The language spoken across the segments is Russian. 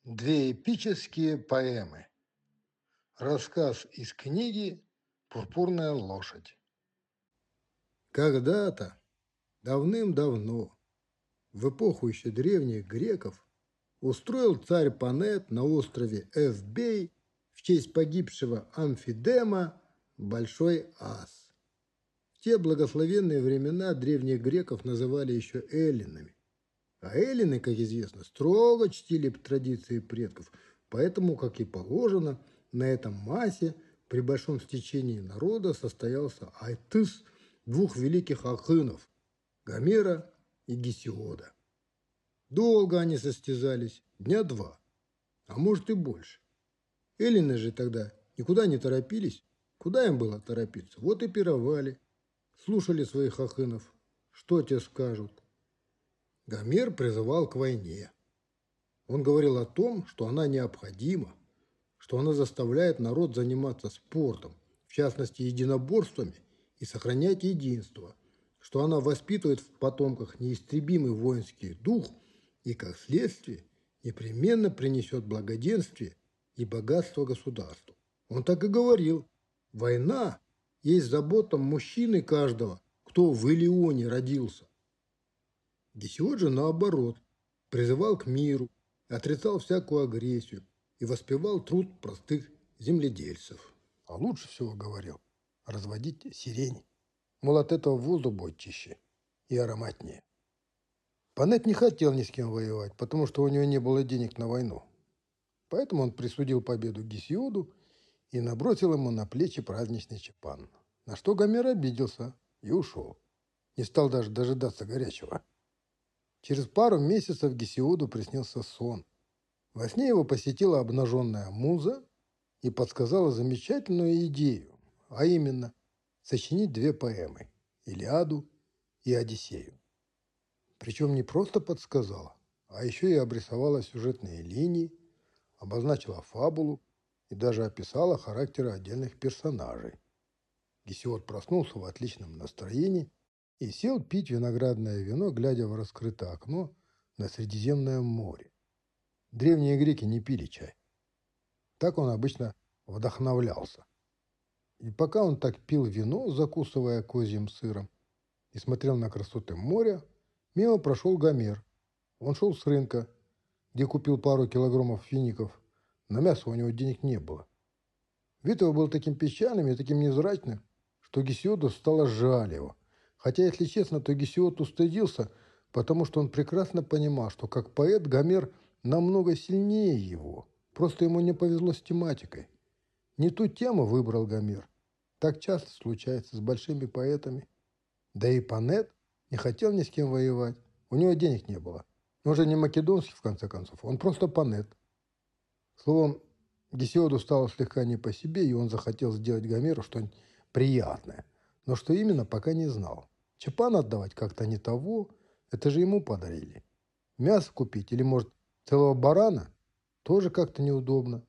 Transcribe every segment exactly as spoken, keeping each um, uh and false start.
Две эпические поэмы. Рассказ из книги «Пурпурная лошадь». Когда-то, давным-давно, в эпоху еще древних греков, устроил царь Панет на острове Эвбей в честь погибшего Амфидема большой ас. В те благословенные времена древних греков называли еще эллинами. А эллины, как известно, строго чтили традиции предков, поэтому, как и положено, на этом массе при большом стечении народа состоялся айтыс двух великих ахынов – Гомера и Гесиода. Долго они состязались, дня два, а может и больше. Эллины же тогда никуда не торопились, куда им было торопиться, вот и пировали, слушали своих ахынов, что те скажут. Гомер призывал к войне. Он говорил о том, что она необходима, что она заставляет народ заниматься спортом, в частности единоборствами, и сохранять единство, что она воспитывает в потомках неистребимый воинский дух и, как следствие, непременно принесет благоденствие и богатство государству. Он так и говорил: война есть забота мужчины каждого, кто в Илионе родился. Гесиод же, наоборот, призывал к миру, отрицал всякую агрессию и воспевал труд простых земледельцев. А лучше всего, говорил, разводить сирень. Мол, от этого воздух будет чище и ароматнее. Панет не хотел ни с кем воевать, потому что у него не было денег на войну. Поэтому он присудил победу Гесиоду и набросил ему на плечи праздничный чапан. На что Гомер обиделся и ушел. Не стал даже дожидаться горячего. Через пару месяцев Гесиоду приснился сон. Во сне его посетила обнаженная муза и подсказала замечательную идею, а именно сочинить две поэмы – «Илиаду» и «Одиссею». Причем не просто подсказала, а еще и обрисовала сюжетные линии, обозначила фабулу и даже описала характеры отдельных персонажей. Гесиод проснулся в отличном настроении и сел пить виноградное вино, глядя в раскрытое окно на Средиземное море. Древние греки не пили чай. Так он обычно вдохновлялся. И пока он так пил вино, закусывая козьим сыром, и смотрел на красоты моря, мимо прошел Гомер. Он шел с рынка, где купил пару килограммов фиников. На мясо у него денег не было. Вид его был таким печальным и таким невзрачным, что Гесиоду стало жаль его. Хотя, если честно, то Гесиод устыдился, потому что он прекрасно понимал, что как поэт Гомер намного сильнее его. Просто ему не повезло с тематикой. Не ту тему выбрал Гомер. Так часто случается с большими поэтами. Да и Панет не хотел ни с кем воевать. У него денег не было. Он же не македонский, в конце концов. Он просто Панет. Словом, Гесиоду стало слегка не по себе, и он захотел сделать Гомеру что-нибудь приятное. Но что именно, пока не знал. Чапан отдавать как-то не того, это же ему подарили. Мясо купить или, может, целого барана тоже как-то неудобно.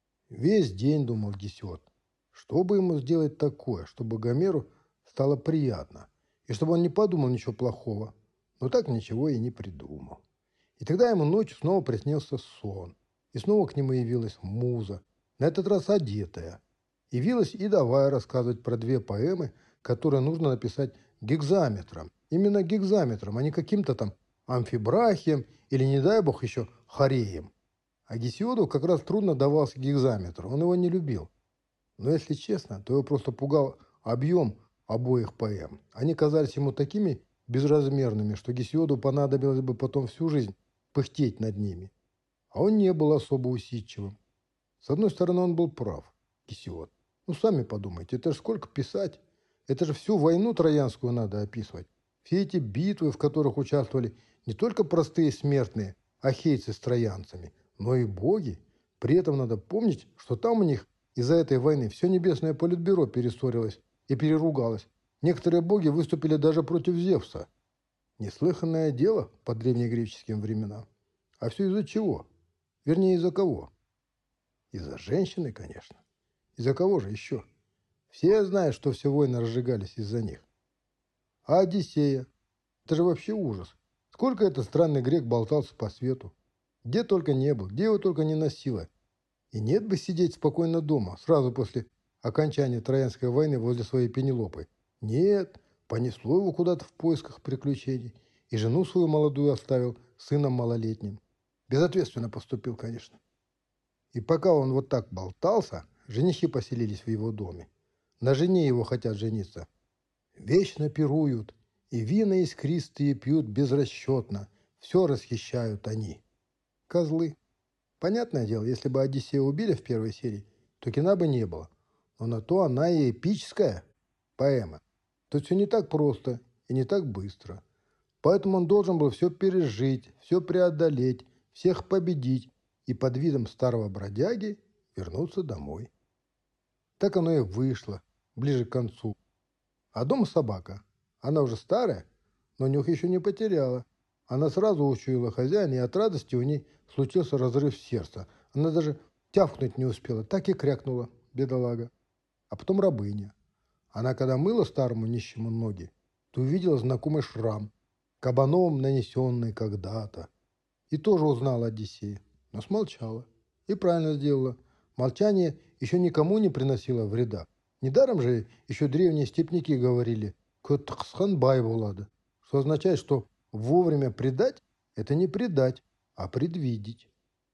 Весь день думал Гесиод, что бы ему сделать такое, чтобы Гомеру стало приятно, и чтобы он не подумал ничего плохого, но так ничего и не придумал. И тогда ему ночью снова приснился сон, и снова к нему явилась муза, на этот раз одетая. Явилась и давай рассказывать про две поэмы, которые нужно написать гекзаметром. Именно гекзаметром, а не каким-то там амфибрахием или, не дай бог, еще хореем. А Гесиоду как раз трудно давался гекзаметр, он его не любил. Но если честно, то его просто пугал объем обоих поэм. Они казались ему такими безразмерными, что Гесиоду понадобилось бы потом всю жизнь пыхтеть над ними. А он не был особо усидчивым. С одной стороны, он был прав, Гесиод. Ну, сами подумайте, это же сколько писать. Это же всю войну троянскую надо описывать. Все эти битвы, в которых участвовали не только простые смертные, ахейцы с троянцами, но и боги. При этом надо помнить, что там у них из-за этой войны все небесное политбюро перессорилось и переругалось. Некоторые боги выступили даже против Зевса. Неслыханное дело по древнегреческим временам. А все из-за чего? Вернее, из-за кого? Из-за женщины, конечно. Из-за кого же еще? Все знают, что все войны разжигались из-за них. А Одиссея? Это же вообще ужас. Сколько этот странный грек болтался по свету? Где только не был, где его только не носило. И нет бы сидеть спокойно дома, сразу после окончания Троянской войны возле своей Пенелопы. Нет, понесло его куда-то в поисках приключений. И жену свою молодую оставил сыном малолетним. Безответственно поступил, конечно. И пока он вот так болтался, женихи поселились в его доме. На жене его хотят жениться. Вечно пируют, и вина искристые пьют безрасчетно. Все расхищают они. Козлы. Понятное дело, если бы Одиссея убили в первой серии, то кино бы не было. Но на то она и эпическая поэма. Тут все не так просто и не так быстро. Поэтому он должен был все пережить, все преодолеть, всех победить и под видом старого бродяги вернуться домой. Так оно и вышло, ближе к концу. А дома собака. Она уже старая, но нюх еще не потеряла. Она сразу учуяла хозяина, и от радости у ней случился разрыв сердца. Она даже тявкнуть не успела, так и крякнула, бедолага. А потом рабыня. Она, когда мыла старому нищему ноги, то увидела знакомый шрам, кабаном нанесенный когда-то. И тоже узнала Одиссея, но смолчала. И правильно сделала. Молчание еще никому не приносило вреда. Недаром же еще древние степняки говорили «Кытхсханбай булады», что означает, что вовремя предать – это не предать, а предвидеть.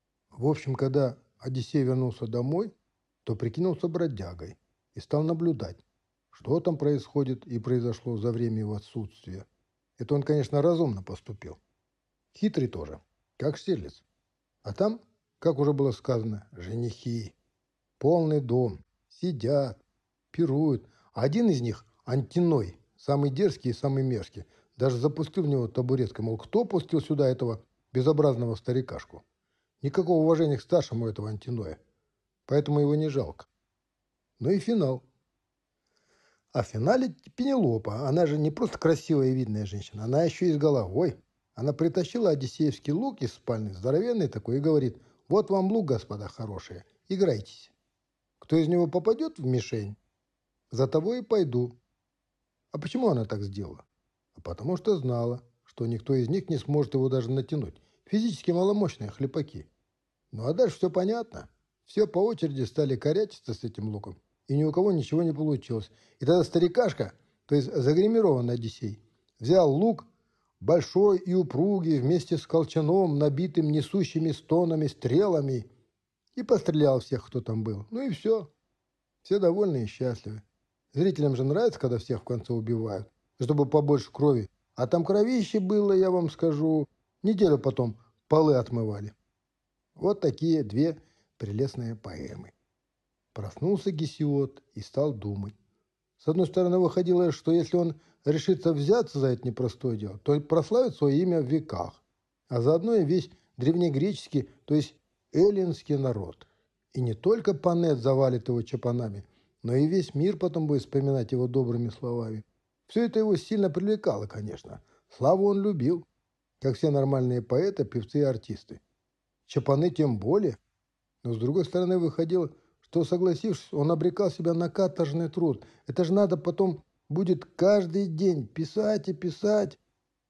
В общем, когда Одиссей вернулся домой, то прикинулся бродягой и стал наблюдать, что там происходит и произошло за время его отсутствия. Это он, конечно, разумно поступил. Хитрый тоже, как Штирлиц. А там, как уже было сказано, женихи. Полный дом. Сидят, пируют. А один из них, Антиной, самый дерзкий и самый мерзкий, даже запустил в него табуреткой. Мол, кто пустил сюда этого безобразного старикашку? Никакого уважения к старшему этого Антиноя. Поэтому его не жалко. Ну и финал. А в финале Пенелопа. Она же не просто красивая и видная женщина, она еще и с головой. Она притащила одиссеевский лук из спальни, здоровенный такой, и говорит: вот вам лук, господа хорошие, играйтесь. Кто из него попадет в мишень, за того и пойду. А почему она так сделала? А потому что знала, что никто из них не сможет его даже натянуть. Физически маломощные хлепаки. Ну а дальше все понятно. Все по очереди стали корячиться с этим луком, и ни у кого ничего не получилось. И тогда старикашка, то есть загримированный Одиссей, взял лук, большой и упругий, вместе с колчаном, набитым несущими стонами, стрелами, и пострелял всех, кто там был. Ну и все. Все довольны и счастливы. Зрителям же нравится, когда всех в конце убивают, чтобы побольше крови. А там кровище было, я вам скажу. Неделю потом полы отмывали. Вот такие две прелестные поэмы. Проснулся Гесиод и стал думать. С одной стороны, выходило, что если он решится взяться за это непростое дело, то прославит свое имя в веках, а заодно и весь древнегреческий, то есть эллинский народ. И не только Панет завалит его чапанами, но и весь мир потом будет вспоминать его добрыми словами. Все это его сильно привлекало, конечно. Славу он любил, как все нормальные поэты, певцы и артисты. Чапаны тем более. Но с другой стороны, выходило, что, согласившись, он обрекал себя на каторжный труд. Это же надо потом будет каждый день писать и писать.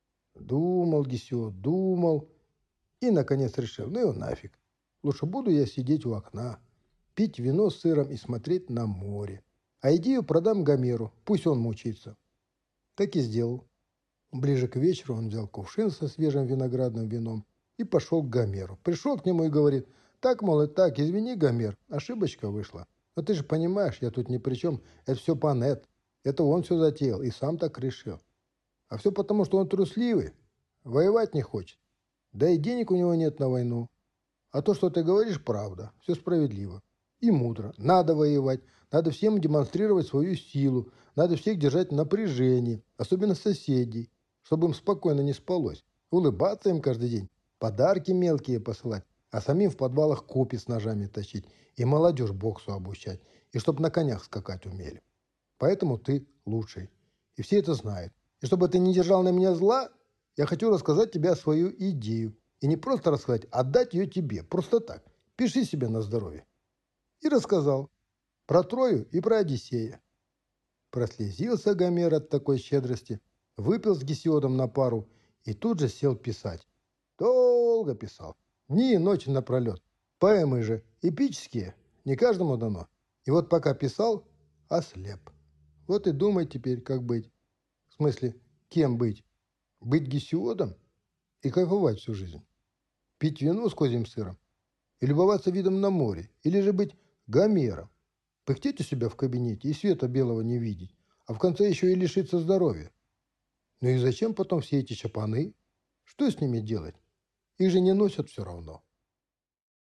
Думал Гесиод, думал. И, наконец, решил: ну его нафиг. Лучше буду я сидеть у окна, пить вино с сыром и смотреть на море. А идею продам Гомеру, пусть он мучится. Так и сделал. Ближе к вечеру он взял кувшин со свежим виноградным вином и пошел к Гомеру. Пришел к нему и говорит: так, мол, и так, извини, Гомер, ошибочка вышла. Но ты же понимаешь, я тут ни при чем, это все Панет. Это он все затеял и сам так решил. А все потому, что он трусливый, воевать не хочет. Да и денег у него нет на войну. А то, что ты говоришь, правда, все справедливо и мудро. Надо воевать, надо всем демонстрировать свою силу, надо всех держать в напряжении, особенно соседей, чтобы им спокойно не спалось. Улыбаться им каждый день, подарки мелкие посылать, а самим в подвалах копья с ножами тащить и молодежь боксу обучать, и чтоб на конях скакать умели. Поэтому ты лучший, и все это знают. И чтобы ты не держал на меня зла, я хочу рассказать тебе свою идею. И не просто рассказать, а дать ее тебе, просто так. Пиши себе на здоровье. И рассказал про Трою и про Одиссея. Прослезился Гомер от такой щедрости, выпил с Гесиодом на пару и тут же сел писать. Долго писал. Дни и ночи напролет. Поэмы же эпические, не каждому дано. И вот пока писал, ослеп. Вот и думай теперь, как быть. В смысле, кем быть? Быть Гесиодом и кайфовать всю жизнь? Пить вино с козьим сыром? И любоваться видом на море? Или же быть Гомером? Пыхтеть у себя в кабинете и света белого не видеть, а в конце еще и лишиться здоровья? Ну и зачем потом все эти чапаны? Что с ними делать? Их же не носят все равно.